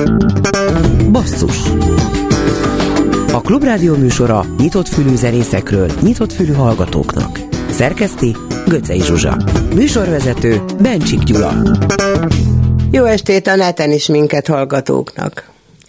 Basszus. A Klubrádió műsora nyitott fülű zenészekről, nyitott fülű hallgatóknak. Szerkeszti Gödzei Zsuzsa. Műsorvezető Bencsik Gyula. Jó estét a neten is minket hallgatóknak.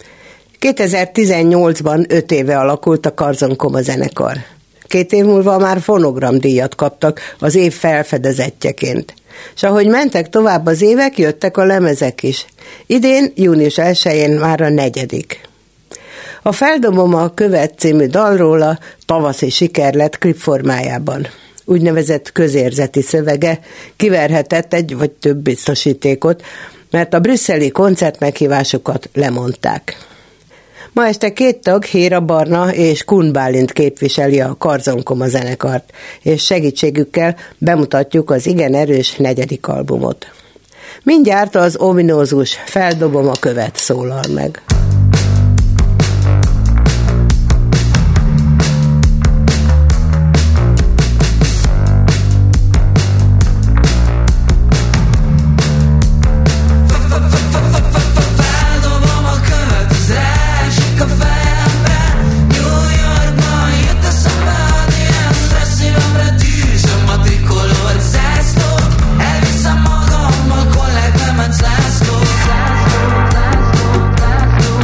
2018-ban 5 éve alakult a Karzon Koma zenekar. 2 év múlva már fonogramdíjat kaptak az év felfedezettjeként. És ahogy mentek tovább az évek, jöttek a lemezek is. Idén, június 1-én már a 4. A Feldobom a követ című dalról a tavaszi siker lett klipformájában. Úgynevezett közérzeti szövege kiverhetett egy vagy több biztosítékot, mert a brüsszeli koncertmeghívásokat lemondták. Ma este 2 tag, Héra Barna és Kun Bálint képviseli a Karzon Koma zenekart, és segítségükkel bemutatjuk az igen erős 4. albumot. Mindjárt az ominózus Feldobom a követ szólal meg. Elviszem magammal kollek Nemetz Lászlót.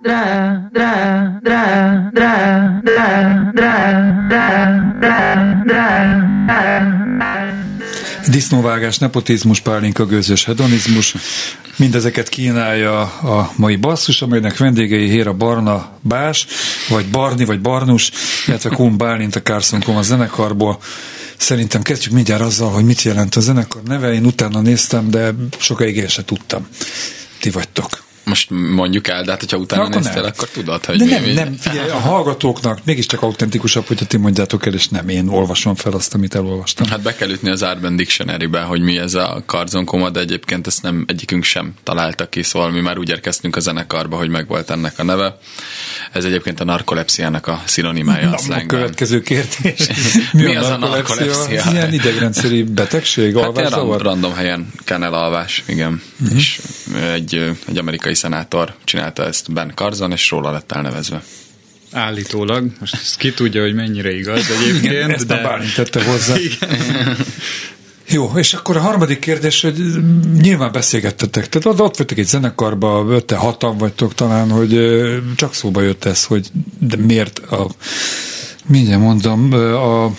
Disznóvágás, nepotizmus, pálinka, gőzös hedonizmus. Mindezeket kínálja a mai basszus, amelynek vendégei Héra Barna Bás, vagy Barni, vagy Barnus, illetve Kun Bálint a Carson Coma zenekarból. Szerintem kezdjük mindjárt azzal, hogy mit jelent a zenekar neve. Én utána néztem, de sokáig én se tudtam. Ti vagytok. Most mondjuk el, de hát, hogyha utána néztél, akkor tudod, hogy de nem, figyelj, a hallgatóknak mégiscsak autentikusabb, hogyha ti mondjátok el, és nem én olvasom fel azt, amit elolvastam. Hát be kell ütni az Urban Dictionary-be, hogy mi ez a Carson Coma, de egyébként ezt nem egyikünk sem találta ki, szóval mi már úgy érkeztünk a zenekarba, hogy megvolt ennek a neve. Ez egyébként a narkolepsziának a szinonimája a szlengben. A következő kérdés. Mi az a narkolepszia? Ilyen idegrendszeri betegség, alvászavar? Hát random helyen kell elalvás, igen. És egy amerikai szenátor csinálta ezt, Ben Carson, és róla lett elnevezve. Állítólag, most ezt ki tudja, hogy mennyire igaz egyébként. Ezt de... a Bálint tette hozzá. Jó, és akkor a harmadik kérdés, hogy nyilván beszélgettetek, tehát ott vagytok egy zenekarba, 5-6-an vagytok talán, hogy csak szóba jött ez, hogy de miért mindjárt mondom, a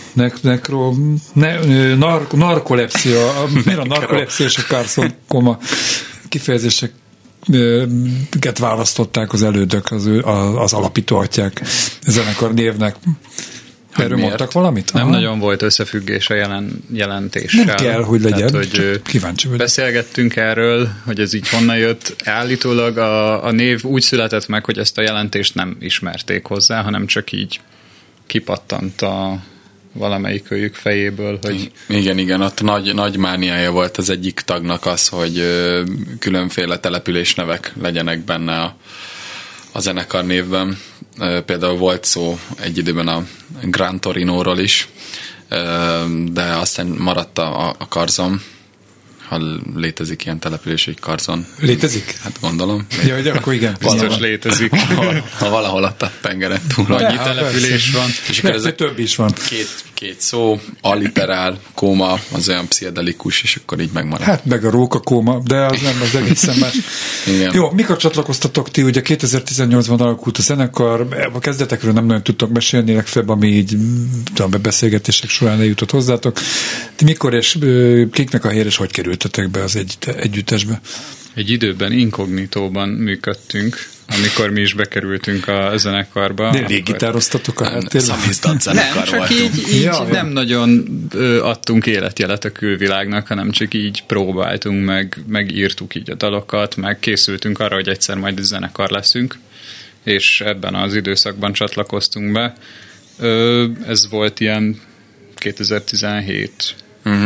narkolepszia, miért a narkolepszia és a Carson Coma kifejezéseket választották az elődök, az alapító atyák zenekar névnek. Erről mondtak valamit? Nem nagyon volt összefüggés a jelentéssel. Nem kell, hogy legyen. Tehát, hogy kíváncsi vagyok. Beszélgettünk erről, hogy ez így honnan jött. Állítólag a név úgy született meg, hogy ezt a jelentést nem ismerték hozzá, hanem csak így kipattant valamelyik őjük fejéből, hogy... Igen, ott nagy mániája volt az egyik tagnak az, hogy különféle településnevek legyenek benne a zenekar névben. Például volt szó egy időben a Gran Torinóról is, de aztán maradt a Carson, ha létezik ilyen település, hogy Carson. Létezik? Hát gondolom. Ja, hogy akkor igen. Biztos létezik. Ha valahol a tengeren túl annyi település van. És akkor több is van. Két szó, alliterál, kóma, az olyan pszichedelikus, és akkor így megmaradt. Hát meg a rókakóma, de az nem az egészen más. Igen. Jó, mikor csatlakoztatok ti? Ugye 2018-ban alakult a zenekar, a kezdetekről nem nagyon tudtok mesélni, legfeljebb, ami így a beszélgetések során eljutott hozzátok. Ti mikor és kiknek a helyére, és hogy kerültetek be az együttesbe? Egy időben inkognitóban működtünk, amikor mi is bekerültünk a zenekarba. De légitároztatok a háttérben? Nem, csak így nem nagyon adtunk életjelet a külvilágnak, hanem csak így próbáltunk, meg írtuk így a dalokat, meg készültünk arra, hogy egyszer majd zenekar leszünk, és ebben az időszakban csatlakoztunk be. Ez volt ilyen 2017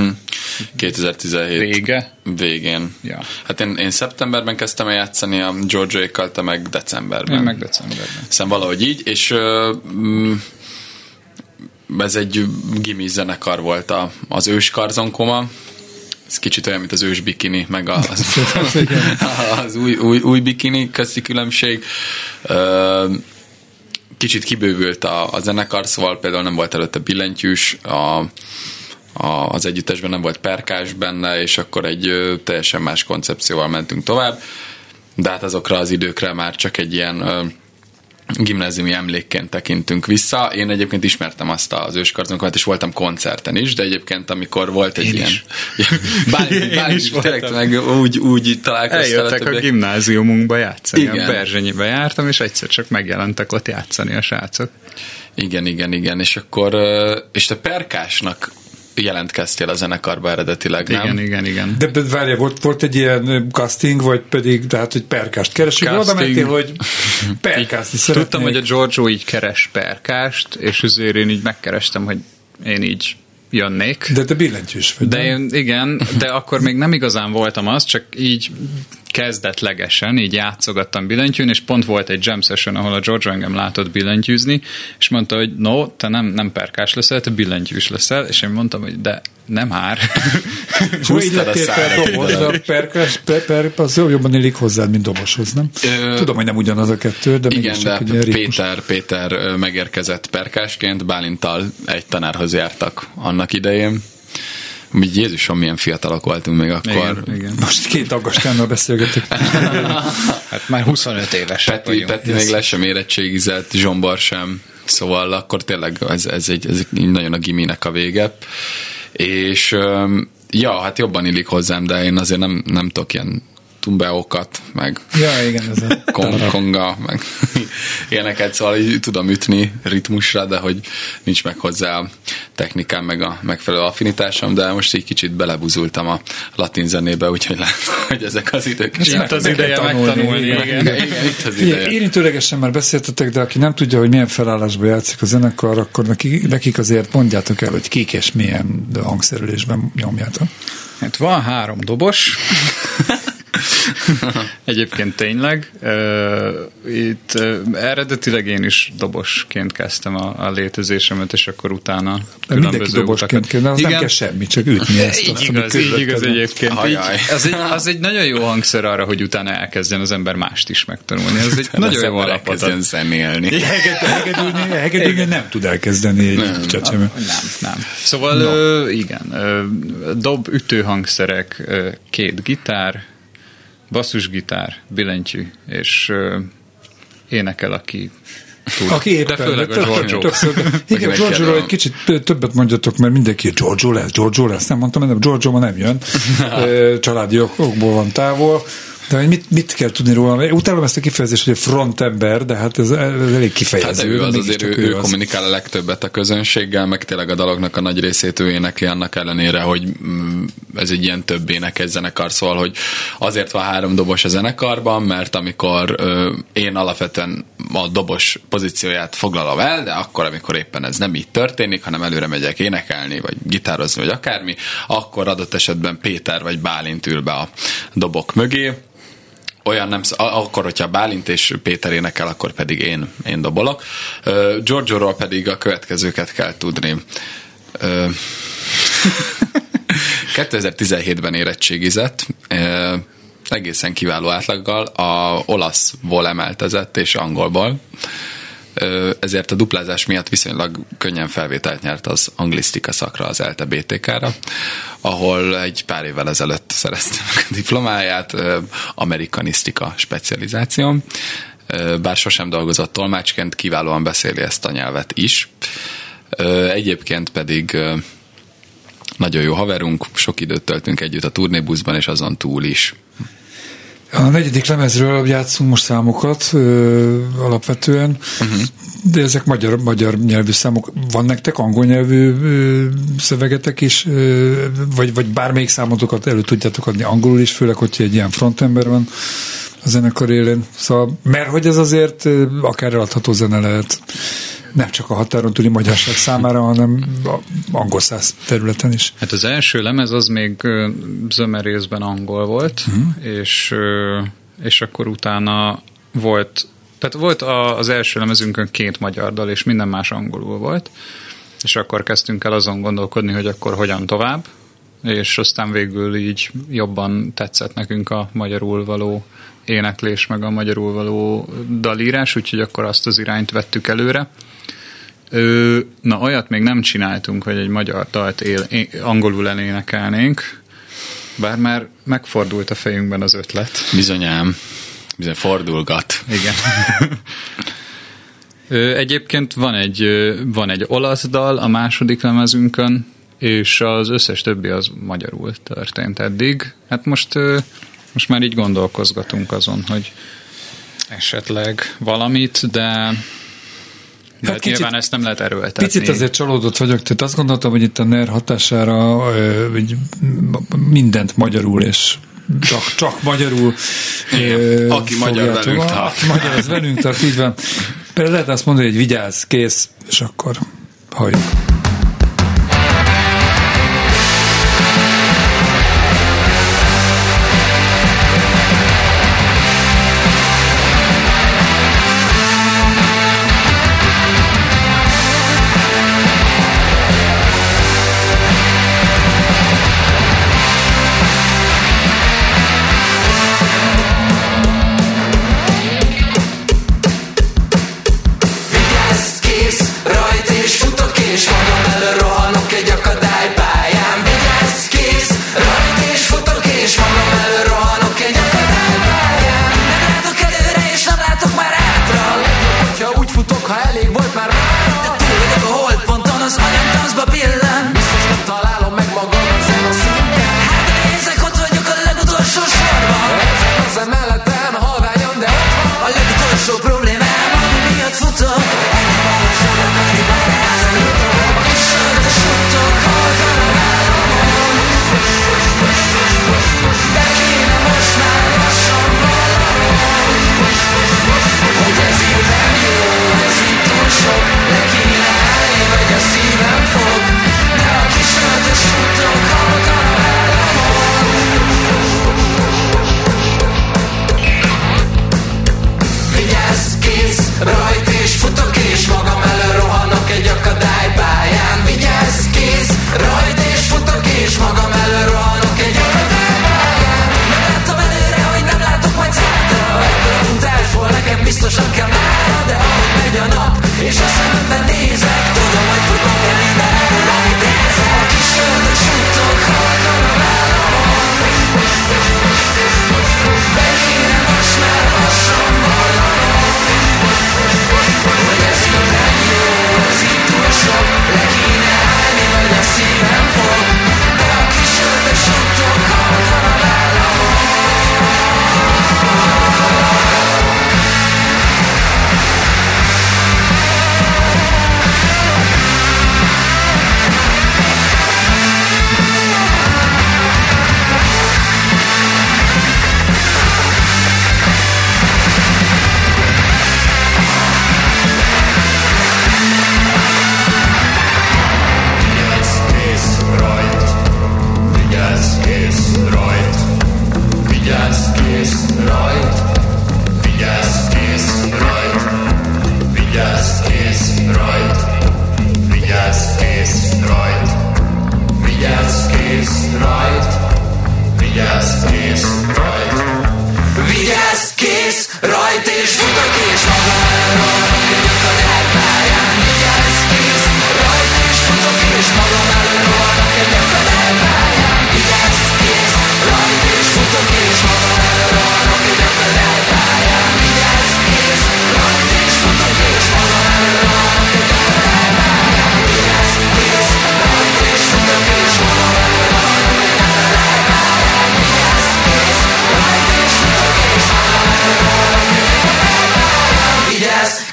2017 végén. Ja. Hát én szeptemberben kezdtem el játszani a Georgia-ékkal, te meg decemberben. Én meg decemberben. Szóval valahogy így, és ez egy gimi zenekar volt az ős Carson Coma. Ez kicsit olyan, mint az ős bikini, meg az új bikini közti különbség. Kicsit kibővült a zenekar, szóval például nem volt előtte billentyűs, az együttesben nem volt perkás benne, és akkor egy teljesen más koncepcióval mentünk tovább, de hát azokra az időkre már csak egy ilyen gimnáziumi emlékként tekintünk vissza. Én egyébként ismertem azt az ős Carson Comát, és voltam koncerten is, de egyébként amikor volt egy ilyen... Bálint tényleg úgy találkoztál. Eljöttek a gimnáziumunkba játszani. Igen. A Berzsenyibe jártam, és egyszer csak megjelentek ott játszani a srácok. Igen, és akkor és te perkásnak jelentkeztél a zenekarba eredetileg, nem? Igen. De várja, volt egy ilyen casting, vagy pedig, tehát, hogy perkást keresünk, oda mentél, hogy perkászni szeretnék. Tudtam, hogy a Giorgio így keres perkást, és azért én így megkerestem, hogy én így jönnék. De te billentyűs vagy. Igen, de akkor még nem igazán voltam az, csak így kezdetlegesen így játszogattam billentyűn, és pont volt egy jam session, ahol a Giorgio engem látott billentyűzni, és mondta, hogy no, te nem perkás leszel, te billentyűs leszel, és én mondtam, hogy de nem már. Így lettél fel doboz, a perkás, az jobban illik hozzád, mint doboshoz, nem? Tudom, hogy nem ugyanaz a kettő, de igen, de Péter megérkezett perkásként, Bálinttal egy tanárhoz jártak annak idején. Jézusom, milyen fiatalok voltunk még akkor. Igen. Most két aggastánnal beszélgetünk. Hát már 25 évesek vagyunk. Peti még le sem érettségizett, Zsombor sem. Szóval akkor tényleg ez nagyon a giminek a vége. És hát jobban illik hozzám, de én azért nem tudok ilyen tumbeókat, meg igen, ez a konga, meg ilyeneket, szóval így tudom ütni ritmusra, de hogy nincs meg hozzá a technikám, meg a megfelelő affinitásom, de most így kicsit belebuzultam a latin zenébe, úgyhogy látom, hogy ezek az idők is. Itt az ideje megtanulni. Igen, itt az ideje. Érintőlegesen már beszéltetek, de aki nem tudja, hogy milyen felállásban játszik a zenekar, akkor nekik azért mondjátok el, hogy kik és milyen hangszerelésben nyomjátok. Hát van 3 dobos. Egyébként tényleg. Itt eredetileg én is dobosként kezdtem a létezésemet, és akkor utána mindenki dobosként kezd, az nem kell semmi, csak ütni ezt. Így igaz egyébként. Az egy nagyon jó hangszer arra, hogy utána elkezdjen az ember mást is megtanulni. Ez egy nagyon jó alapot. Elkezdjen zenélni. Hegedülni nem tud elkezdeni egy csecsemő. Nem. Szóval igen, ütő hangszerek, 2 gitár, basszusgitár, billentyű, és énekel, aki tud. Aki éppen, de főleg a Giorgio. Igen, Giorgio-ról egy kicsit többet mondjatok, mert mindenki Giorgio lesz, nem mondtam, nem, Giorgio ma nem jön, családi okból van távol, de mit kell tudni róla? Utálom ezt a kifejezést, hogy frontember, de hát ez elég kifejező. Hát ő kommunikál a legtöbbet a közönséggel, meg tényleg a daloknak a nagy részét ő énekli, annak ellenére, hogy ez egy ilyen több énekes zenekar, szóval, hogy azért van 3 dobos a zenekarban, mert amikor én alapvetően a dobos pozícióját foglalom el, de akkor, amikor éppen ez nem így történik, hanem előre megyek énekelni, vagy gitározni, vagy akármi, akkor adott esetben Péter vagy Bálint ül be a dobok mögé. Olyan nem, akkor, hogyha Bálint és Péter énekel, akkor pedig én dobolok. Giorgio-ról pedig a következőket kell tudni. 2017-ben érettségizett, egészen kiváló átlaggal, a olaszból emeltezett és angolból. Ezért a duplázás miatt viszonylag könnyen felvételt nyert az anglisztika szakra, az ELTE BTK-ra, ahol egy pár évvel ezelőtt szerezte meg a diplomáját, amerikanisztika specializáció. Bár sosem dolgozott tolmácsként, kiválóan beszéli ezt a nyelvet is. Egyébként pedig nagyon jó haverunk, sok időt töltünk együtt a turnébuszban, és azon túl is. A 4. lemezről játszunk most számokat alapvetően, de ezek magyar nyelvű számok. Van nektek angol nyelvű szövegetek is, vagy bármelyik számotokat elő tudjátok adni angolul is, főleg, hogyha egy ilyen frontember van a zenekar élén. Szóval, mert hogy ez azért akár eladható zene lehet, nem csak a határon túli magyarság számára, hanem angol száz területen is. Hát az első lemez az még zömerészben angol volt, és akkor utána volt az első lemezünkön 2 magyar dal, és minden más angolul volt, és akkor kezdtünk el azon gondolkodni, hogy akkor hogyan tovább, és aztán végül így jobban tetszett nekünk a magyarul való éneklés, meg a magyarul való dalírás, úgyhogy akkor azt az irányt vettük előre. Na, olyat még nem csináltunk, hogy egy magyar dalt angolul elénekelnénk, bár már megfordult a fejünkben az ötlet. Bizony fordulgat. Igen. Egyébként van egy olasz dal a második lemezünkön, és az összes többi az magyarul történt eddig. Hát most már így gondolkozgatunk azon, hogy esetleg valamit, de hát nyilván ezt nem lehet erőltetni. Picit azért csalódott vagyok, tehát azt gondoltam, hogy itt a NER hatására mindent magyarul és csak magyarul aki magyar velünk tart. Magyar az velünk tart, így van. Például lehet azt mondani, hogy vigyázz, kész, és akkor halljuk. Kész, rajt és futok és magam.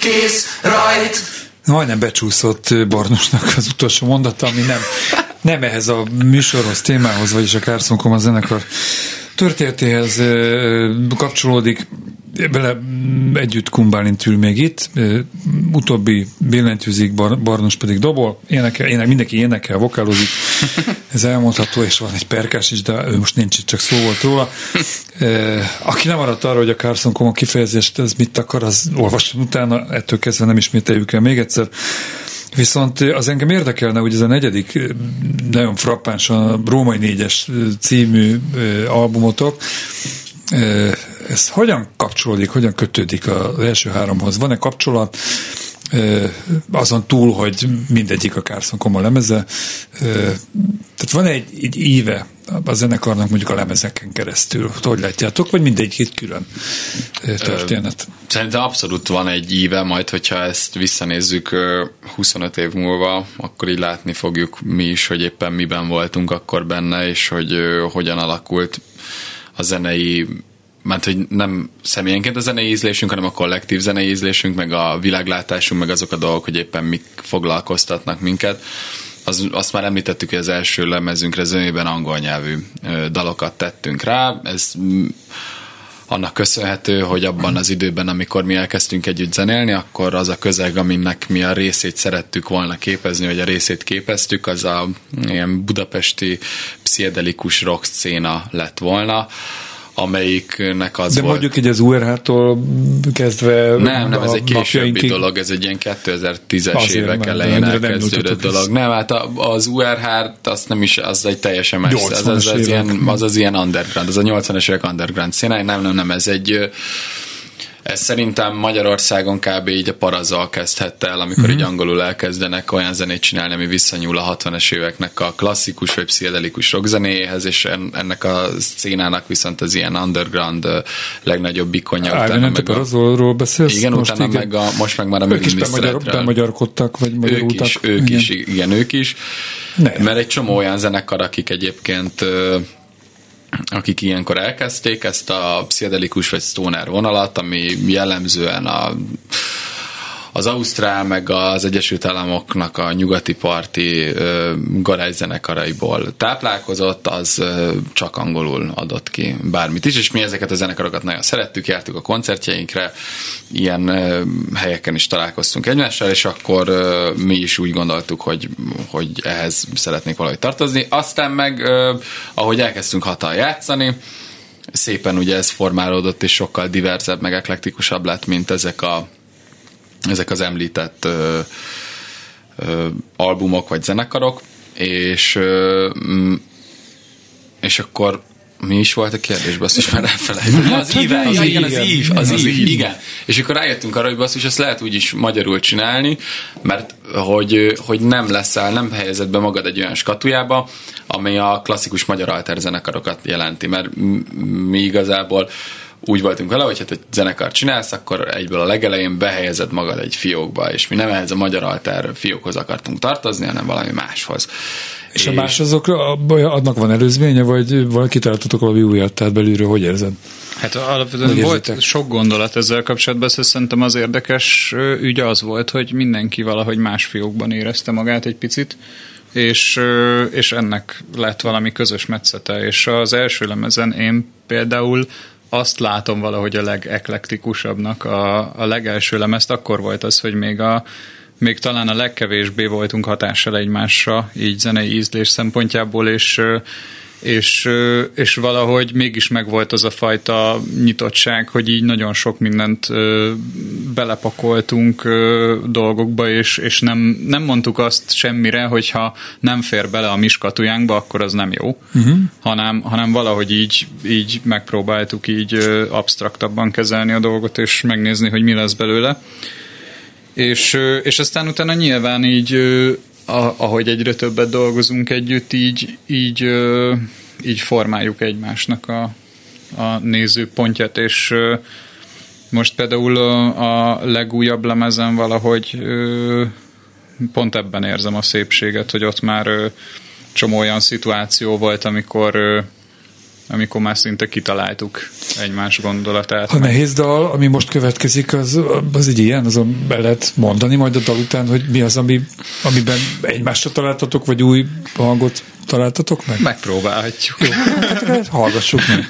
kész, rajt. Majdnem becsúszott Barnusnak az utolsó mondata, ami nem ehhez a műsorhoz, témához, vagyis a Carson Coma zenekar történetéhez kapcsolódik. Bele együtt Kun Bálint ül még itt, utóbbi billentyűzik, Barnus pedig dobol, mindenki énekel, vokálozik, ez elmondható, és van egy perkás is, de ő most nincs itt, csak szó volt róla. Aki nem maradt arra, hogy a Carson Coma kifejezést ez mit akar, az olvasson utána, ettől kezdve nem ismételjük el még egyszer. Viszont az engem érdekelne, hogy ez a negyedik, nagyon frappáns, a Római 4-es című albumotok, ez hogyan kapcsolódik, hogyan kötődik az első háromhoz? Van-e kapcsolat azon túl, hogy mindegyik a Carson Coma lemeze? Tehát van egy íve a zenekarnak mondjuk a lemezeken keresztül? Hogy látjátok? Vagy mindegyik egy külön történet? Szerintem abszolút van egy íve, majd hogyha ezt visszanézzük 25 év múlva, akkor így látni fogjuk mi is, hogy éppen miben voltunk akkor benne, és hogy hogyan alakult a zenei, mert hogy nem személyenként a zenei ízlésünk, hanem a kollektív zenei ízlésünk, meg a világlátásunk, meg azok a dolgok, hogy éppen mik foglalkoztatnak minket. Azt már említettük, hogy az első lemezünkre zömében angol nyelvű dalokat tettünk rá. Ez annak köszönhető, hogy abban az időben, amikor mi elkezdtünk együtt zenélni, akkor az a közeg, aminek mi a részét szerettük volna képezni, vagy a részét képeztük, az a ilyen budapesti pszichedelikus rock szcéna lett volna, amelyiknek az de volt... mondjuk így az URH-tól kezdve... Nem, ez egy későbbi dolog, ez egy ilyen 2010-es évek elején elkezdődött dolog. Nem, hát az URH-t azt nem is, az egy teljesen más, az ilyen underground, az a 80-es évek underground színe, nem, ez szerintem Magyarországon kb. Így a Parazzal kezdhette el, amikor így angolul elkezdenek olyan zenét csinálni, ami visszanyúl a 60-es éveknek a klasszikus vagy pszichedelikus rockzenéhez, és ennek a szcénának viszont az ilyen underground legnagyobb ikonja. Te Parazzolról beszélsz? Igen, most utána most meg már a műminisztretről. Ők is bemagyarkodtak, vagy magyarultak. Ők is. Mert egy csomó olyan zenekar, akik egyébként akik ilyenkor elkezdték ezt a pszichedelikus vagy stoner vonalat, ami jellemzően az Ausztrál meg az Egyesült Államoknak a nyugati parti garázszenekaraiból táplálkozott, az csak angolul adott ki bármit is, és mi ezeket a zenekarokat nagyon szerettük, jártuk a koncertjeinkre, ilyen helyeken is találkoztunk egymással, és akkor mi is úgy gondoltuk, hogy ehhez szeretnék valahogy tartozni. Aztán meg, ahogy elkezdtünk hatal játszani, szépen ugye ez formálódott, és sokkal diverzebb, meg eklektikusabb lett, mint ezek az említett albumok vagy zenekarok, és akkor mi is volt a kérdés, basszus, már elfelejtettem. Az ív, igen. És akkor rájöttünk arra, hogy basszus, ezt lehet úgy is magyarul csinálni, mert hogy nem helyezed be magad egy olyan skatujába, ami a klasszikus magyar alterzenekarokat jelenti, mert mi igazából úgy voltunk vele, hogy hát egy zenekart csinálsz, akkor egyből a legelején behelyezed magad egy fiókba, és mi nem ehhez a magyar alter fiókhoz akartunk tartozni, hanem valami máshoz. És a más azokra adnak van előzménye, vagy kitaláltatok valami újat, tehát belülről hogy érzed? Hát alapvetően volt sok gondolat ezzel kapcsolatban, szerintem az érdekes ügy az volt, hogy mindenki valahogy más fiókban érezte magát egy picit, és ennek lett valami közös metszete, és az első lemezen én például azt látom valahogy a legeklektikusabbnak a legelső lemezt, akkor volt az, hogy még talán a legkevésbé voltunk hatással egymásra, így zenei ízlés szempontjából, és valahogy mégis megvolt az a fajta nyitottság, hogy így nagyon sok mindent belepakoltunk dolgokba, és nem mondtuk azt semmire, hogyha nem fér bele a mi skatujánkba, akkor az nem jó, hanem valahogy így megpróbáltuk így absztraktabban kezelni a dolgot, és megnézni, hogy mi lesz belőle. És aztán utána nyilván így ahogy egyre többet dolgozunk együtt, így formáljuk egymásnak a nézőpontját, és most például a legújabb lemezen valahogy pont ebben érzem a szépséget, hogy ott már csomó olyan szituáció volt, amikor amikor már szinte kitaláltuk egymás gondolatát. A nehéz dal, ami most következik, az egy ilyen, azon be lehet mondani majd a dal után, hogy mi az, amiben egymásra találtatok, vagy új hangot találtatok meg? Megpróbálhatjuk. Jó, hát hallgassuk meg.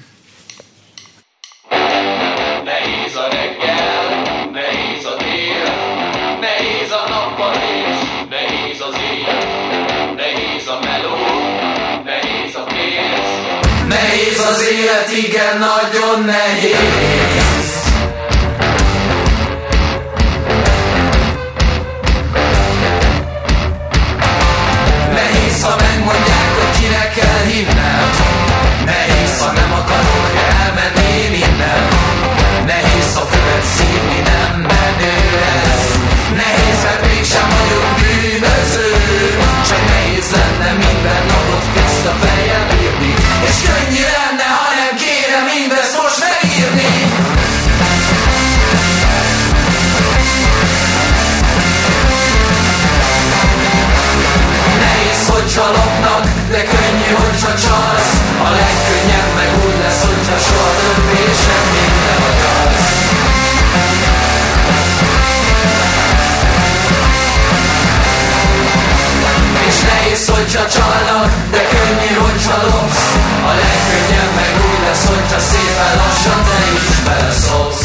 Nehéz a reggel, nehéz a tél, nehéz a nappalés, nehéz az éj, nehéz a meló, nehéz a pénz. Nehéz az élet, igen, nagyon nehéz. Nehéz, ha megmondják, hogy kinek kell hinnem. Nehéz, ha nem akarok elmenni én innen. Nehéz, ha füvet szívni nem menő ez. Nehéz, mert mégsem vagyok bűnöző. Csak nehéz lenne minden napot tiszta fejjel bírni. És könnyű lenne, ha nem kéne mindezt most megírni. Nehéz, hogyha lopnak, de könnyű, hogyha csalsz. A legkönnyebb meg úgy lesz, hogyha soha többé semmit nem akarsz. És nehéz, hogyha csalnak, de könnyű, hogyha lopsz. A legkönnyebb meg úgy lesz, hogyha szépen lassan te is beleszólsz.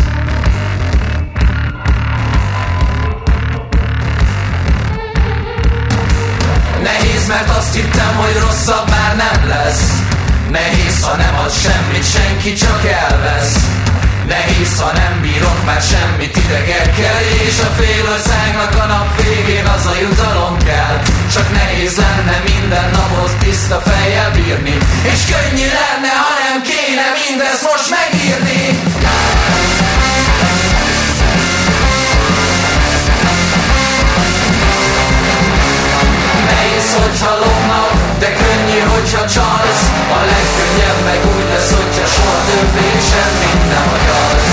Nehéz, mert azt hittem, hogy rosszabb már nem lesz. Nehéz, ha nem ad semmit, senki csak elvesz. Nehéz, ha nem bírok már semmit idegekkel. És a fél országnak a nap végén az a jutalom kell. Csak nehéz lenne minden napot tiszta fejjel bírni. És könnyű lenne, ha nem kéne mindezt most megírni. Nehéz, hogyha lopnak, de könnyű, hogyha csalsz. A legkönnyebb meg úgy lesz, hogyha soha többé semmit nem akarsz.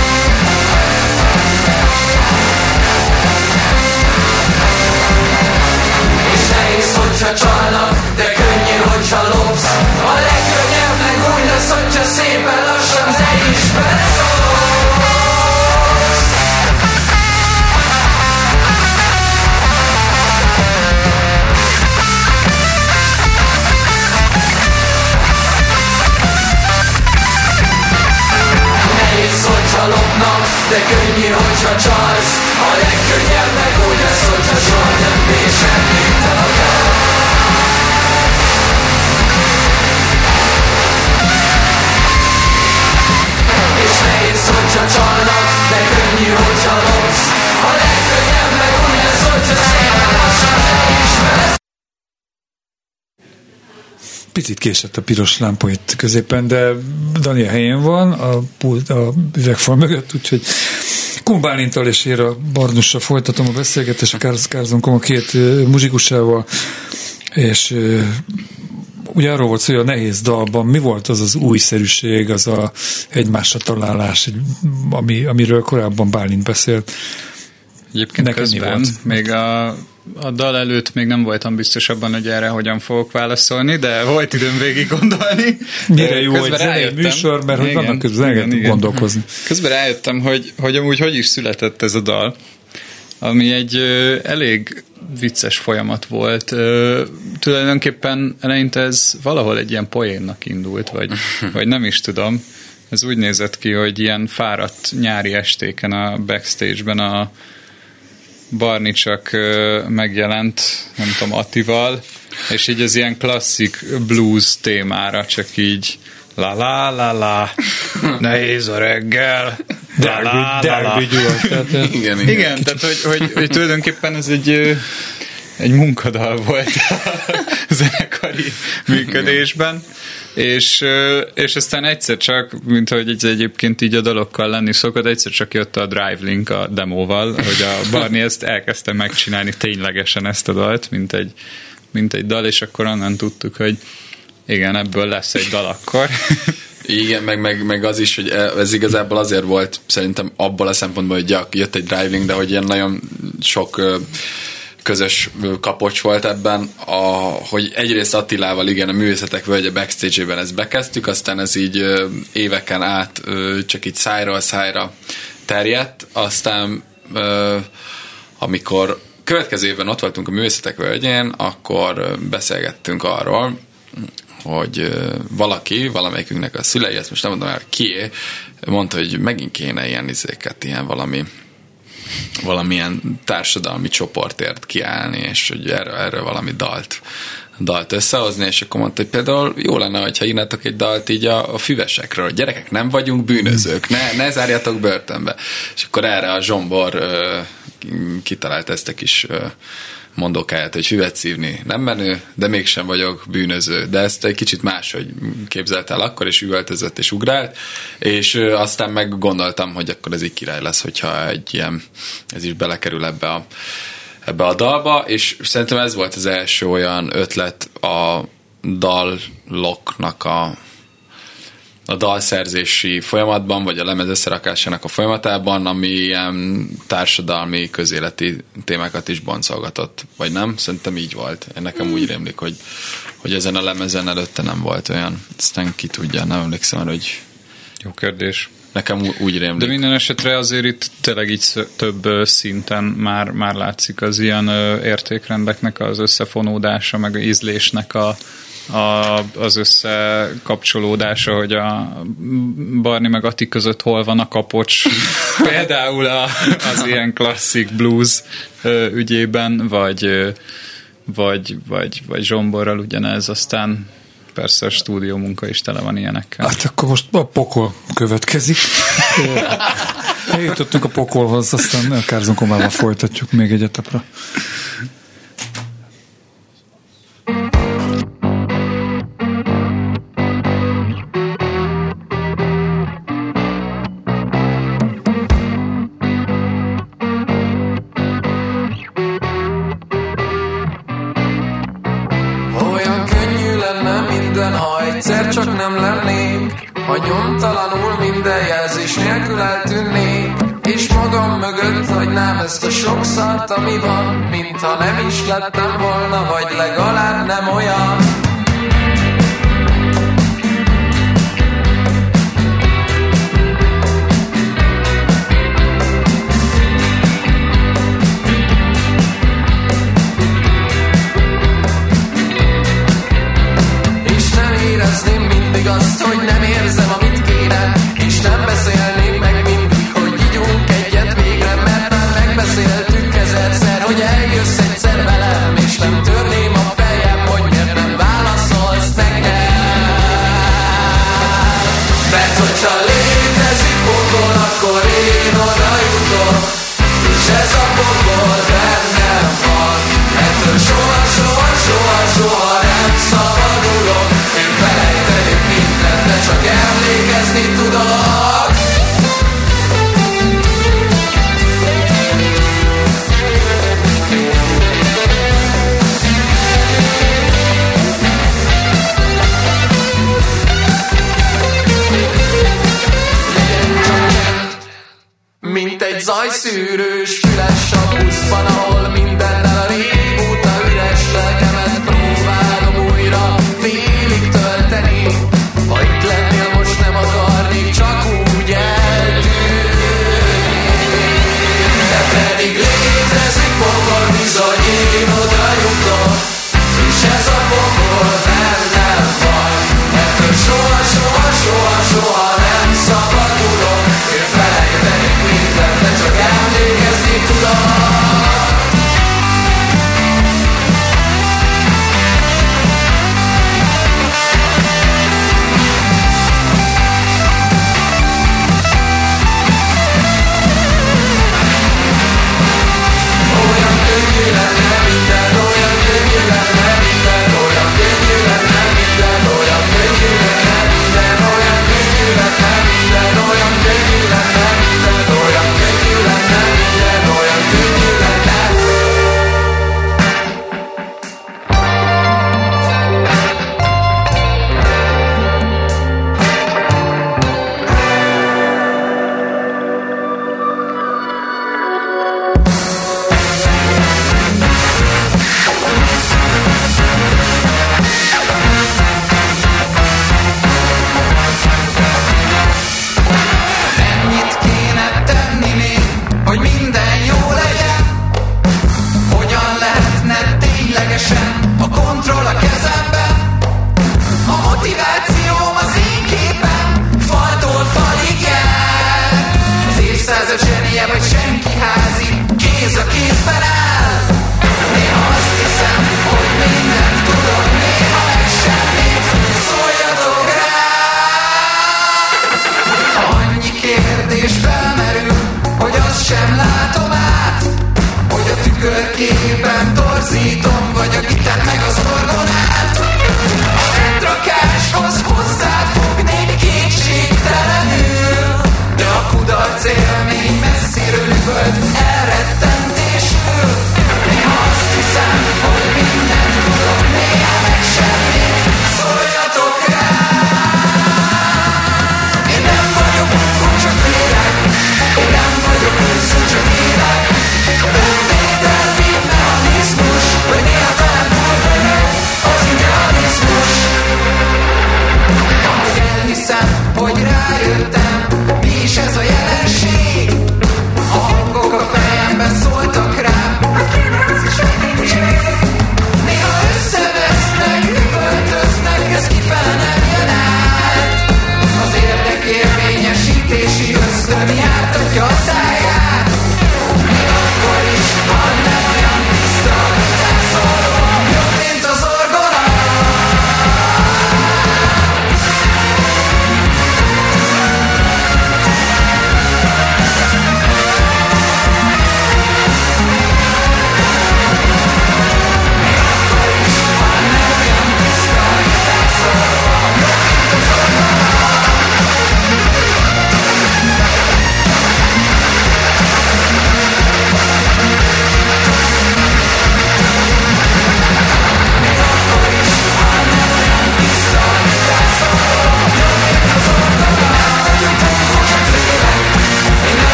És nehéz, hogyha csalnak, de könnyű, hogyha lopsz. A legkönnyebb meg úgy lesz, hogyha szépen lassan te is beleszólsz. Hogyha lopnak, de könnyű, hogyha csalsz. A legkönnyebb meg úgy lesz, hogyha soha többé semmit nem akarsz. És nehéz, hogyha csalnak, de könnyű, hogyha lopsz. A legkönnyebb meg úgy lesz, hogyha szépen lassan te is belesz. Picit késett a piros lámpa itt középen, de Dani a helyén van, a üvegfal mögött, úgyhogy Kun Bálinttal és Héra Barnussal folytatom a beszélgetést, a Kárzon a két muzsikusával, és ugye arról volt szó, hogy a nehéz dalban mi volt az az újszerűség, az a egymásra találás, amiről korábban Bálint beszélt. Egyébként közben még a dal előtt még nem voltam biztos abban, hogy erre hogyan fogok válaszolni, de volt időm végig gondolni. Mire jó, hogy zenei műsor, mert hogy vannak közben gondolkozni. Közben rájöttem, hogy amúgy hogy is született ez a dal, ami egy elég vicces folyamat volt. Tulajdonképpen eleinte ez valahol egy ilyen poénnak indult, vagy nem is tudom. Ez úgy nézett ki, hogy ilyen fáradt nyári estéken a backstage-ben a Barni csak megjelent, nem tudom, Attival, és így az ilyen klasszik blues témára csak így la nehéz a reggel, igen, tehát hogy tulajdonképpen ez egy munkadal volt a zenekari működésben, és aztán egyszer csak, mint ahogy ez egyébként így a dalokkal lenni szokott, egyszer csak jött a Drive Link a demóval, hogy a Barni ezt elkezdte megcsinálni ténylegesen ezt a dalt, mint egy dal, és akkor onnan tudtuk, hogy igen, ebből lesz egy dal akkor. Igen, meg az is, hogy ez igazából azért volt szerintem abból a szempontból, hogy jött egy Drive Link, de hogy ilyen nagyon sok közös kapocs volt ebben, hogy egyrészt Attilával igen, a Művészetek Völgye backstage-ében ezt bekezdtük, aztán ez így éveken át csak így szájról szájra terjedt, aztán amikor következő évben ott voltunk a Művészetek Völgyén, akkor beszélgettünk arról, hogy valamelyikünknek a szülei, ezt most nem mondom el kié, mondta, hogy megint kéne ilyen izéket, ilyen valamilyen társadalmi csoportért kiállni, és hogy erről valami dalt összehozni, és akkor mondta, hogy például jó lenne, hogyha írnátok egy dalt így a füvesekről. Gyerekek, nem vagyunk bűnözők, ne zárjatok börtönbe. És akkor erre a Zsombor kitalált ezt a kis mondókáját, hogy füvet szívni nem menő, de mégsem vagyok bűnöző. De ezt egy kicsit máshogy képzelt el akkor, és üvöltözött és ugrált, és aztán meg gondoltam, hogy akkor ez így király lesz, hogyha egy ilyen, ez is belekerül ebbe a dalba, és szerintem ez volt az első olyan ötlet a dalloknak a dalszerzési folyamatban, vagy a lemez összerakásának a folyamatában, ami ilyen társadalmi, közéleti témákat is boncolgatott, vagy nem? Szerintem így volt. Nekem úgy rémlik, hogy ezen a lemezen előtte nem volt olyan. Aztán ki tudja, nem emlékszem, hogy... Jó kérdés. Nekem úgy rémlik. De minden esetre azért itt tényleg így több szinten már látszik az ilyen értékrendeknek az összefonódása, meg az ízlésnek az összekapcsolódása, hogy a Barni meg Atti között hol van a kapocs. Például az ilyen klasszik blues ügyében, vagy Zsomborral ugyanez, aztán persze a stúdió munka is tele van ilyenekkel. Hát akkor most a pokol következik. Eljutottunk a pokolhoz, aztán a Kárzonkomával folytatjuk még egy etapra. Egyszer csak nem lennék, ha nyomtalanul minden jelzés nélkül eltűnnék, és magam mögött hagynám ezt a sok szart, ami van, mintha nem is lettem volna, vagy legalább nem olyan. Érezném mindig azt, hogy nem érzem, amit kéne, és nem beszélnénk meg mindig, hogy ígyunk egyet végre, mert már megbeszéltük ezerszer, hogy eljössz egyszer velem, és nem törném a fejem, hogy miért nem válaszolsz nekem. Mert hogyha létezik pokol, akkor én oda jutok, és ez a pokol bennem van, ettől soha, soha, soha, soha nem szabadulok. Én felejtenék mindent, de csak emlékezni tudok. Mint egy zajszűrős, füles a buszban, ahol mindennel a régóta üres lelkemet próbálom újra félig tölteni. Ha itt lennél, most nem akarnék csak úgy eltűnni. De pedig létezik pokol, bizony én oda jutok, és ez a pokol bennem van. Ettől soha, soha, soha, soha nem szabadulok. Én felejtenék mindent, de csak emlékezni tudok.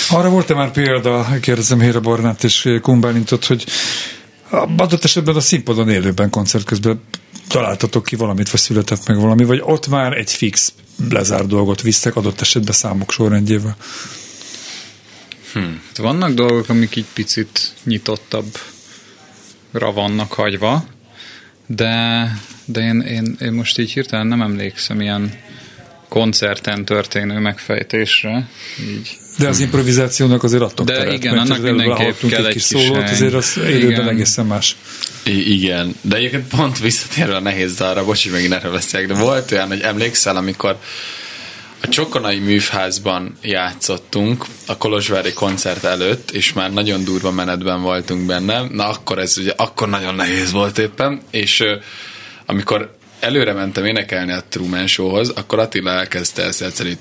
Arra volt-e már példa, kérdezem Héra Barnát és Kun Bálintot, hogy adott esetben a színpadon élőben koncert közben találtatok ki valamit, vagy született meg valami, vagy ott már egy fix lezárt dolgot visztek adott esetben számok sorrendjével? Vannak dolgok, amik így picit nyitottabbra vannak hagyva, de én most így hirtelen nem emlékszem ilyen koncerten történő megfejtésre. Így. De az improvizációnak azért adtok de teret. Igen, annak mindenképp kell egy kis szólót, azért az élőben egészen más. Igen, de egyébként pont visszatérve a nehéz dalra, bocs, hogy megint erről beszélek, de volt olyan, hogy emlékszel, amikor a Csokonai Művházban játszottunk a kolozsvári koncert előtt, és már nagyon durva menetben voltunk benne, na akkor ez ugye, akkor nagyon nehéz volt éppen, és amikor előre mentem énekelni a Truman Showhoz, akkor Attila elkezdte ezt játszani,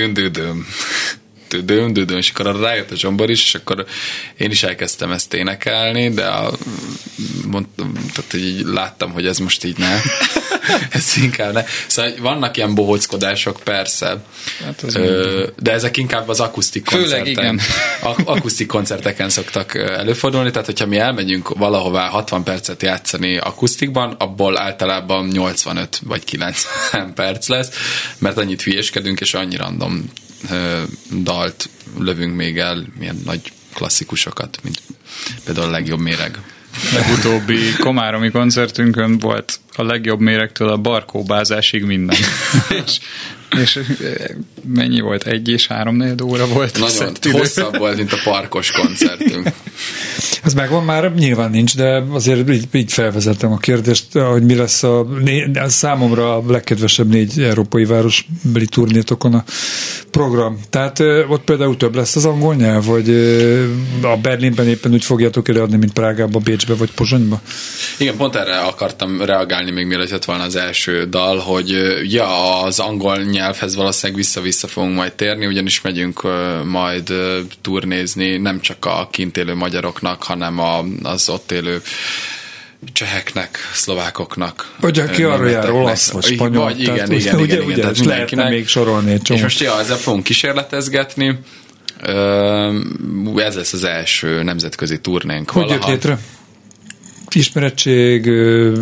és akkor arra rájött a zsombor is, és akkor én is elkezdtem ezt énekelni, de tehát így láttam, hogy ez most így ne. Ez inkább ne. Szóval vannak ilyen bohóckodások, persze, hát de ezek inkább az akusztik koncerten. Akusztik koncerteken szoktak előfordulni, tehát hogyha mi elmegyünk valahová 60 percet játszani akusztikban, abból általában 85 vagy 90 perc lesz, mert annyit hülyéskedünk, és annyi random dalt lövünk még el, milyen nagy klasszikusokat, mint például a Legjobb méreg. Legutóbbi komáromi koncertünkön volt a legjobb méregtől a barkóbázásig minden. és mennyi volt? 1 és 3-4 óra volt? Nagyon hosszabb volt, mint a parkos koncertünk. Ez megvan már, nyilván nincs, de azért így felvezettem a kérdést, hogy mi lesz a számomra a legkedvesebb 4 európai városbeli turnétokon a program. Tehát ott például több lesz az angol nyelv, vagy a Berlinben éppen úgy fogjátok előadni, mint Prágába, Bécsbe, vagy Pozsonyba? Igen, pont erre akartam reagálni még mielőtt jött volna az első dal, hogy az angol nyelvhez valószínűleg vissza-vissza fogunk majd térni, ugyanis megyünk majd turnézni nem csak a kint élő magyaroknak, hanem az ott élő cseheknek, szlovákoknak. Vagy aki arra jár, olasz, vagy spanyol. Vagy igen. Tehát lehetne még sorolni egy csomó. És most ezzel fogunk kísérletezgetni. Ez lesz az első nemzetközi turnénk valaha. Hogy jött létre? Ismerettség,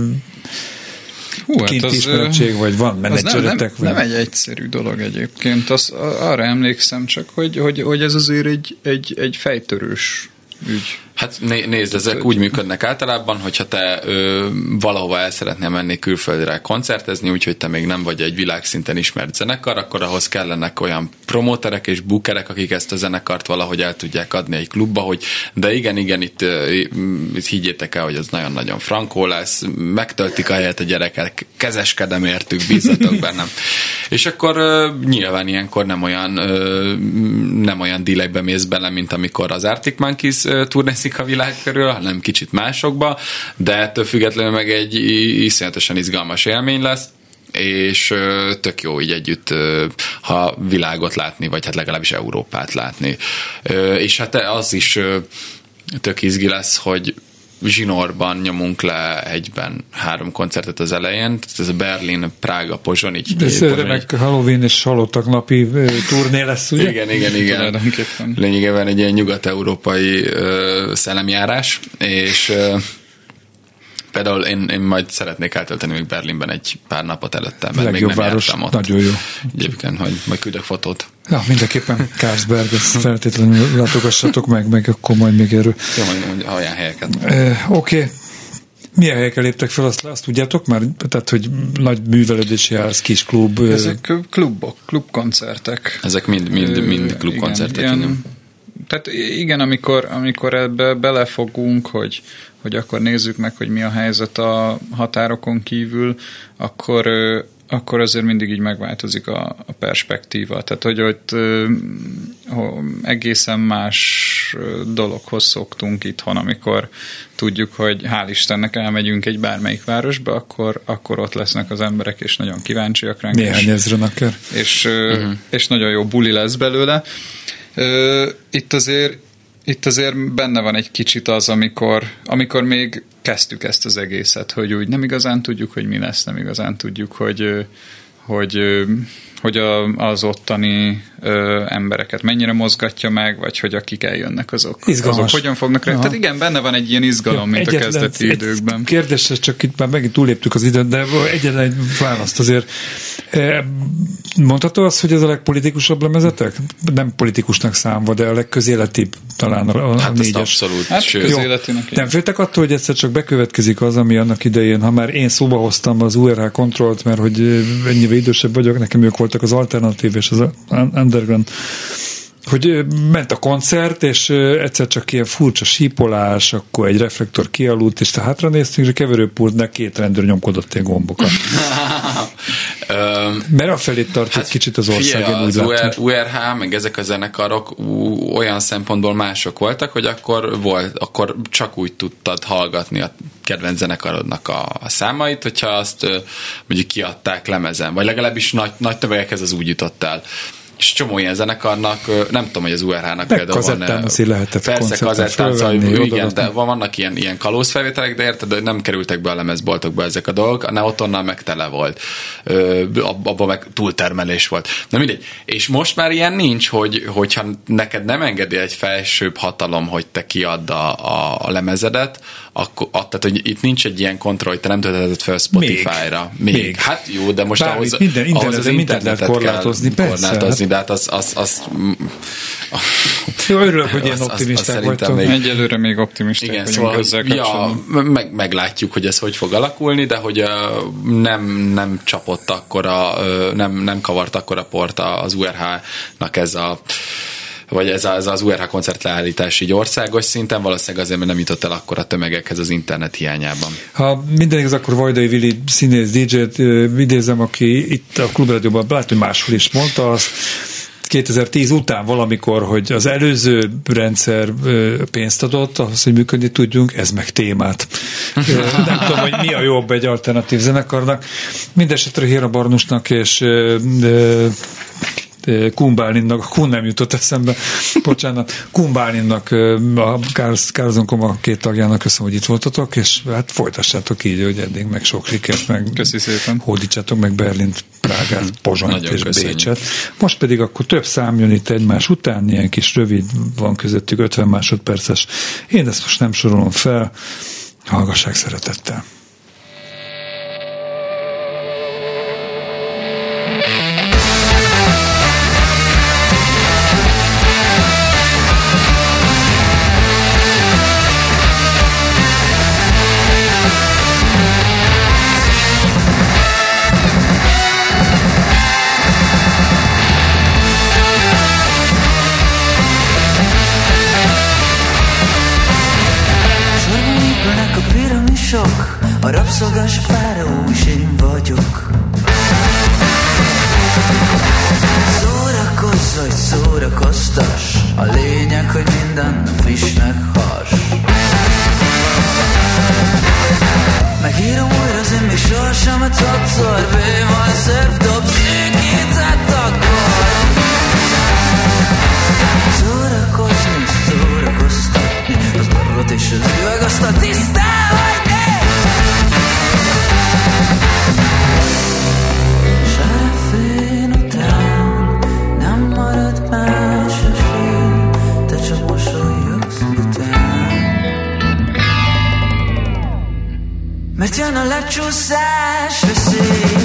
kinti ismerettség, vagy van menedzseretek? Nem egy egyszerű dolog egyébként. Arra emlékszem csak, hogy ez azért egy fejtörős ügy. Hát nézd, ezek úgy működnek általában, hogyha te valahova el szeretnél menni külföldre koncertezni, úgyhogy te még nem vagy egy világszinten ismert zenekar, akkor ahhoz kellenek olyan promóterek és bookerek, akik ezt a zenekart valahogy el tudják adni egy klubba, hogy de igen, itt higgyétek el, hogy az nagyon-nagyon frankó lesz, megtöltik a helyet a gyerekek, kezeskedem értük, bízzatok bennem. És akkor nyilván ilyenkor nem olyan dílekbe mész bele, mint amikor az Arctic Monkeys turnézik a világ körül, hanem kicsit másokba, de ettől függetlenül meg egy iszonyatosan izgalmas élmény lesz, és tök jó így együtt, ha világot látni, vagy hát legalábbis Európát látni. És hát az is tök izgi lesz, hogy zsinórban nyomunk le egyben 3 koncertet az elején, ez a Berlin, Prága, Pozsony. Ez remek Halloween és halottak napi turné lesz, ugye? Igen. Lényegében egy ilyen nyugat-európai szellemjárás, és például én majd szeretnék eltölteni még Berlinben egy pár napot előtte, mert még nem jártam ott. Nagyon jó. Egyébként, hogy majd küldök fotót. Ja, mindenképpen Carlsberg, ezt feltétlenül látogassatok meg akkor majd még erről. Jó, majd olyan helyeket. Oké. Milyen helyekkel léptek fel, azt tudjátok már? Tehát, hogy nagy művelődési ház, kis klub. Ezek klubok, klubkoncertek. Ezek mind klubkoncertek. Igen. Tehát igen, amikor ebbe belefogunk, hogy akkor nézzük meg, hogy mi a helyzet a határokon kívül, akkor azért mindig így megváltozik a perspektíva. Tehát, hogy ott egészen más dologhoz szoktunk itthon, amikor tudjuk, hogy hál' Istennek elmegyünk egy bármelyik városba, akkor ott lesznek az emberek, és nagyon kíváncsiak ránk. Néhány ezren akár. És nagyon jó buli lesz belőle. Itt azért benne van egy kicsit az, amikor még kezdtük ezt az egészet, hogy úgy nem igazán tudjuk, hogy mi lesz, nem igazán tudjuk, hogy hogy az ottani embereket mennyire mozgatja meg, vagy hogy akik eljönnek azok hogyan fognak rá. Tehát igen, benne van egy ilyen izgalom, mint a kezdeti időkben. Kérdésre, csak itt már megint túléptük az időt, de egyetlen egy választ azért. Mondható az, hogy ez a legpolitikusabb lemezetek? Nem politikusnak számva, de a legközéletibb talán a négyes. Abszolút. Hát közéletinek. Nem féltek attól, hogy egyszer csak bekövetkezik az, ami annak idején, ha már én szóba hoztam az URH kontrollt, mert hogy ennyivel idősebb vagyok, nekem ők voltak az alternatív és az underground, hogy ment a koncert, és egyszer csak ilyen furcsa sípolás, akkor egy reflektor kialudt, és hátra néztünk, és a keverőpultnál 2 rendőr nyomkodott ilyen gombokat. Mert afelé tart egy kicsit az ország, én úgy látom. Az URH, meg ezek a zenekarok olyan szempontból mások voltak, hogy akkor csak úgy tudtad hallgatni a kedvenc zenekarodnak a számait, hogyha azt mondjuk kiadták lemezen, vagy legalábbis nagy tömegekhez az úgy jutott el. És csomó ilyen zenekarnak, nem tudom, hogy az URH-nak például van. Persze, kazettán, igen, de vannak ilyen kalózfelvételek, de érted, de nem kerültek be a lemezboltokba ezek a dolgok, a Neotonnal meg tele volt. Abban meg túltermelés volt. Na mindegy. És most már ilyen nincs, hogyha neked nem engedi egy felsőbb hatalom, hogy te kiadd a lemezedet, akkor, tehát, hogy itt nincs egy ilyen kontroll, hogy te nem töltheted fel Spotify-ra. Még. Hát jó, de most ahhoz az internetet korlátozni, kell korlátozni, de hát az jó, örülök, hogy ilyen optimisták vagytok. Egyelőre még optimisták vagyunk szóval, ezzel kapcsolatban. Meglátjuk, hogy ez hogy fog alakulni, de hogy nem csapott akkora, nem kavart akkora port az URH-nak vagy ez az URH koncertleállítás így országos szinten, valószínűleg azért, mert nem jutott el akkora tömegekhez az internet hiányában. Ha minden igaz, akkor Vajdai Vili színész DJ-t idézem, aki itt a Klubrádióban lehet, hogy máshol is mondta azt, 2010 után valamikor, hogy az előző rendszer pénzt adott, ahhoz, hogy működni tudjunk, ez meg témát. Nem tudom, hogy mi a jobb egy alternatív zenekarnak. Mindesetre Héra Barnusnak és Kumbálinnak, nem jutott eszembe, bocsánat, Kumbálinnak, a Kárzon Koma 2 tagjának köszönöm, hogy itt voltatok, és hát folytassátok így, hogy eddig meg sok sikert, meg hódítsátok meg Berlint, Prágát, Pozsonyt és Bécset. Most pedig akkor több szám jön itt egymás után, ilyen kis rövid, van közöttük 50 másodperces. Én ezt most nem sorolom fel, hallgassák szeretettel. A rabszolgás a fáraó is én vagyok. Szórakozz vagy szórakoztass, a lényeg, hogy minden nap frissnek has. Megírom újra az én még sorsamat 6-szor, B-val szörfdob szűkített akkor. Szórakozni, szórakoztatni, az barot és az üveg, azt a tisztán vagy. Mert jön a lecsúszás veszély.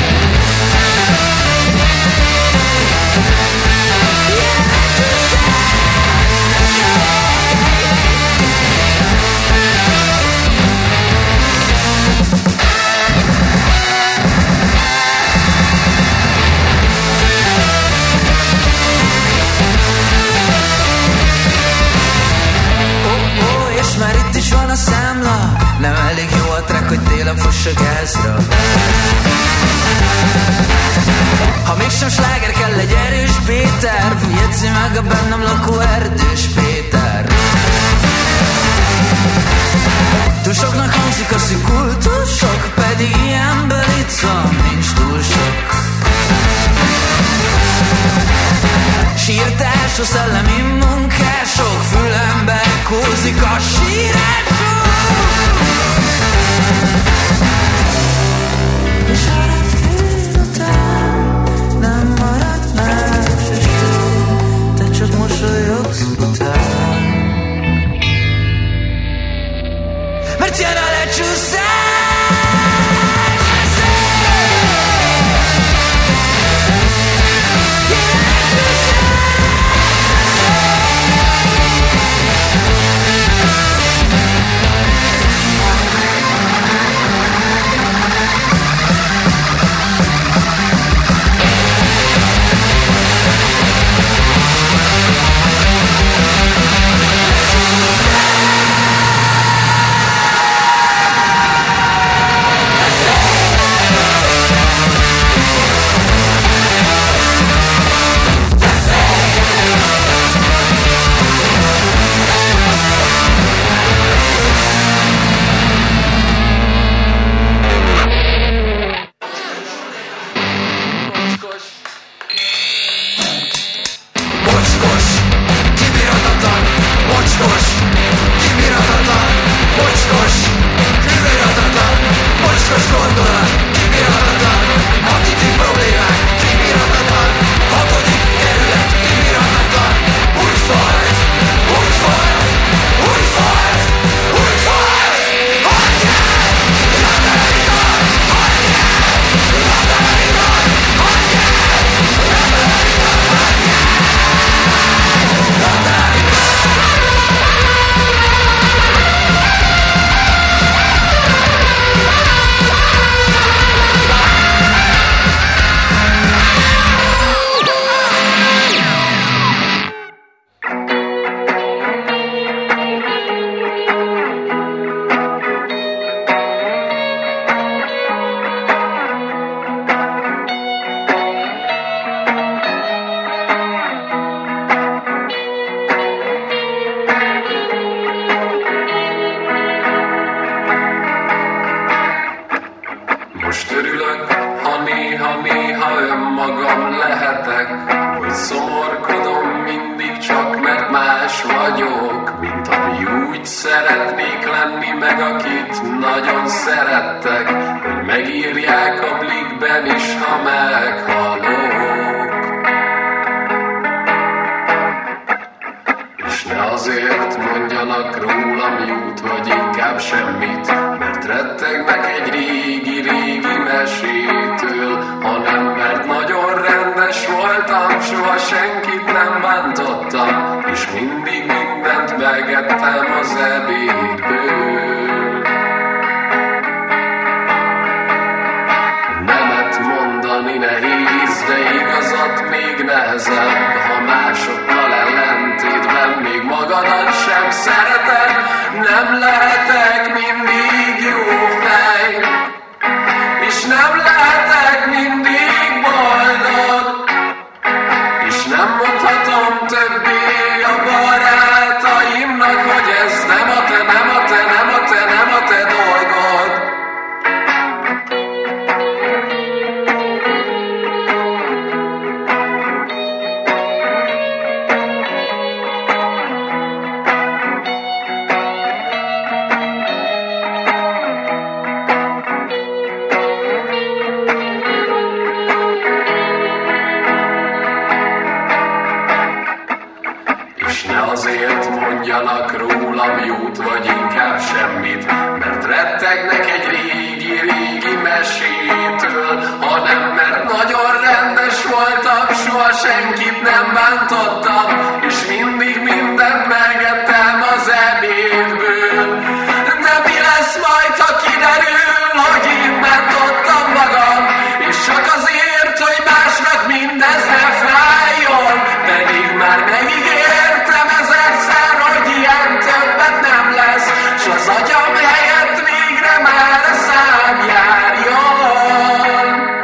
És már itt is van a számla, nem elég jó a track, hogy télen fuss a gázra. Ha mégsem sláger, kell egy erős Péter, jegyzi meg a bennem lakó Erdős Péter. Túl soknak hangzik az, hogy kultusok, pedig ilyenből itt van, nincs túl sok. Sírtás, a szellemi munkások, fülembe kózik a sírások. És arra fél után nem más vagyok, mint ami úgy szeretnék lenni, meg akit nagyon szerettek, hogy megírják a blikben is, ha meghalok. És ne azért mondjanak rólam jót, vagy inkább semmit, mert rettegnek egy régi mesétől, hanem mert nagyon rendes voltam, soha senkit nem bántottam, és mindig mindent megettem az ebédből. Nemet mondani nehéz, de igazat még nehezebb, ha másokkal ellentétben még magadat sem szereted. Nem lehetek mindig jó fej, és nem lehetek mindig boldog, és nem mondhatom többé a barátaimnak, hogy ez nem a te, nem a te, nem a te, nem a te dolgod. Azért mondjanak rólam jót, vagy inkább semmit, mert rettegnek egy régi mesétől, hanem mert nagyon rendes voltam, soha senkit nem bántottam, és mindig mindent megettem az ebédből. De mi lesz majd, ha kiderül, hogy én bántottam magam, és csak azért, hogy másnak mindez ne fájjon, pedig már megígértem ezerszer, hogy ilyen többet nem lesz, s az agyam helyett végre már a szám járjon.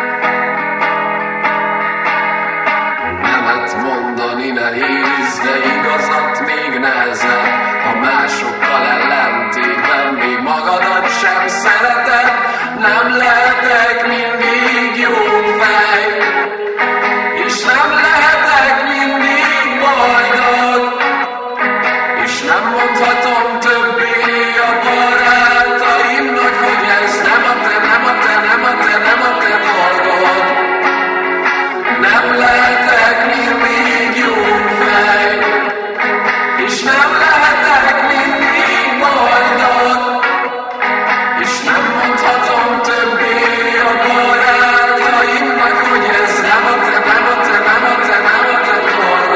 Nemet mondani nehéz, de igazat még nehezebb, ha másokkal ellentétben még magadat sem szereted. Nem lehetek mindig jó fej, és nem lehetek mindig boldog, és nem mondhatom többé a barátaimnak, hogy ez nem a te, nem a te, nem a te, nem a te dolgod. Nem lehetek mindig jó fej, és nem lehetek mindig boldog, és nem mondhatom többé a barátaimnak, hogy ez nem a te, nem a te, nem a te, nem a te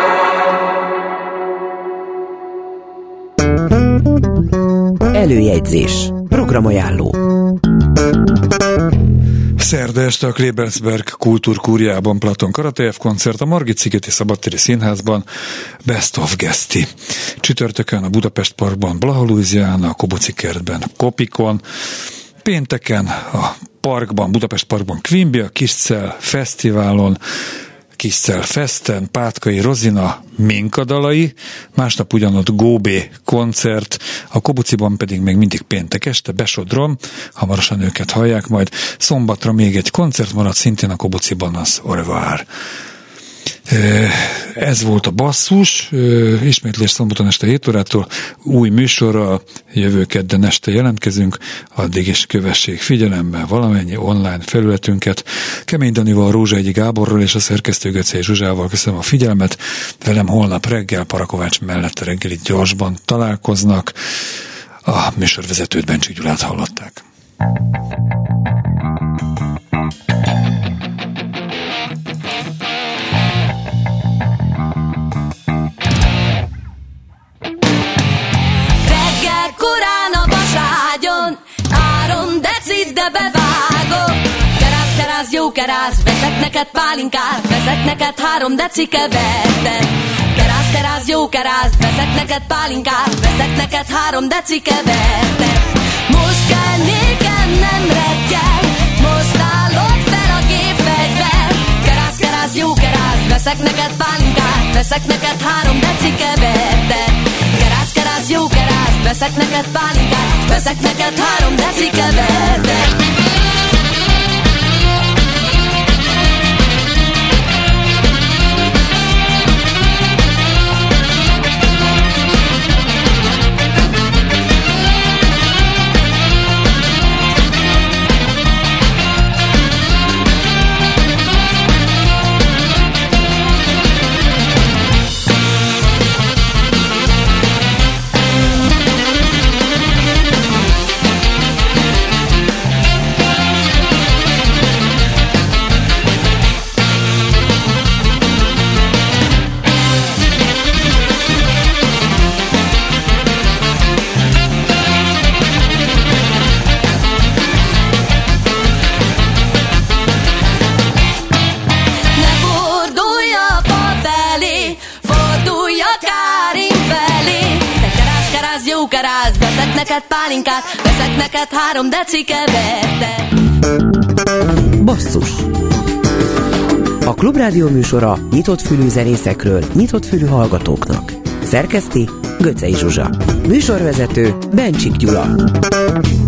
dolgod. Előjegyzés. Programajánló. Szerda este a Klebersberg Kultúrkúriában Platon Karatejev koncert, a Margit-szigeti Szabadtéri Színházban Best of Geszti. Csütörtökön a Budapest Parkban Blaha Louisiana, a Kobuci kertben Kopikon, pénteken a parkban, Budapest Parkban Quimby, a Kiscell Fesztiválon, Kiscell Festen, Pátkai Rozina Minkadalai, másnap ugyanott Góbé koncert, a Kobuciban pedig még mindig péntek este Besodron, hamarosan őket hallják majd, szombatra még egy koncert marad, szintén a Kobuciban az Au revoir. Ez volt a Basszus, ismétlés szombaton este 7 órától, új műsorral, jövő kedden este jelentkezünk, addig is kövessék figyelembe valamennyi online felületünket. Kemény Danival, Rózsahegyi Gáborról és a szerkesztő Göcsei Zsuzsával köszönöm a figyelmet, velem holnap reggel Parakovács mellett a reggeli gyorsban találkoznak, a műsorvezetőt Bencsik Gyulát hallották. De bevágom. Kerász, jó kerász, veszek neked pálinkát, veszek neked 3 deci kevertet. Kerász, jó kerász, veszek neked pálinkát, veszek neked 3 deci kevertet. Most kell nékem, nem reggel, most állok fel a gépfegyver. Kerász, jó kerász, veszek neked pálinkát, veszek neked 3 deci kevertet. Kerász, jó kerász, veszek neked pálinkát, veszek neked 3 deci kevertet. kerász, veszek neked pálinkát, veszek neked 3 deci kevertet. Basszus. A Klubrádió műsora nyitott fülű zenészekről, nyitott fülű hallgatóknak. Szerkeszti Göcsei Zsuzsa. Műsorvezető Bencsik Gyula.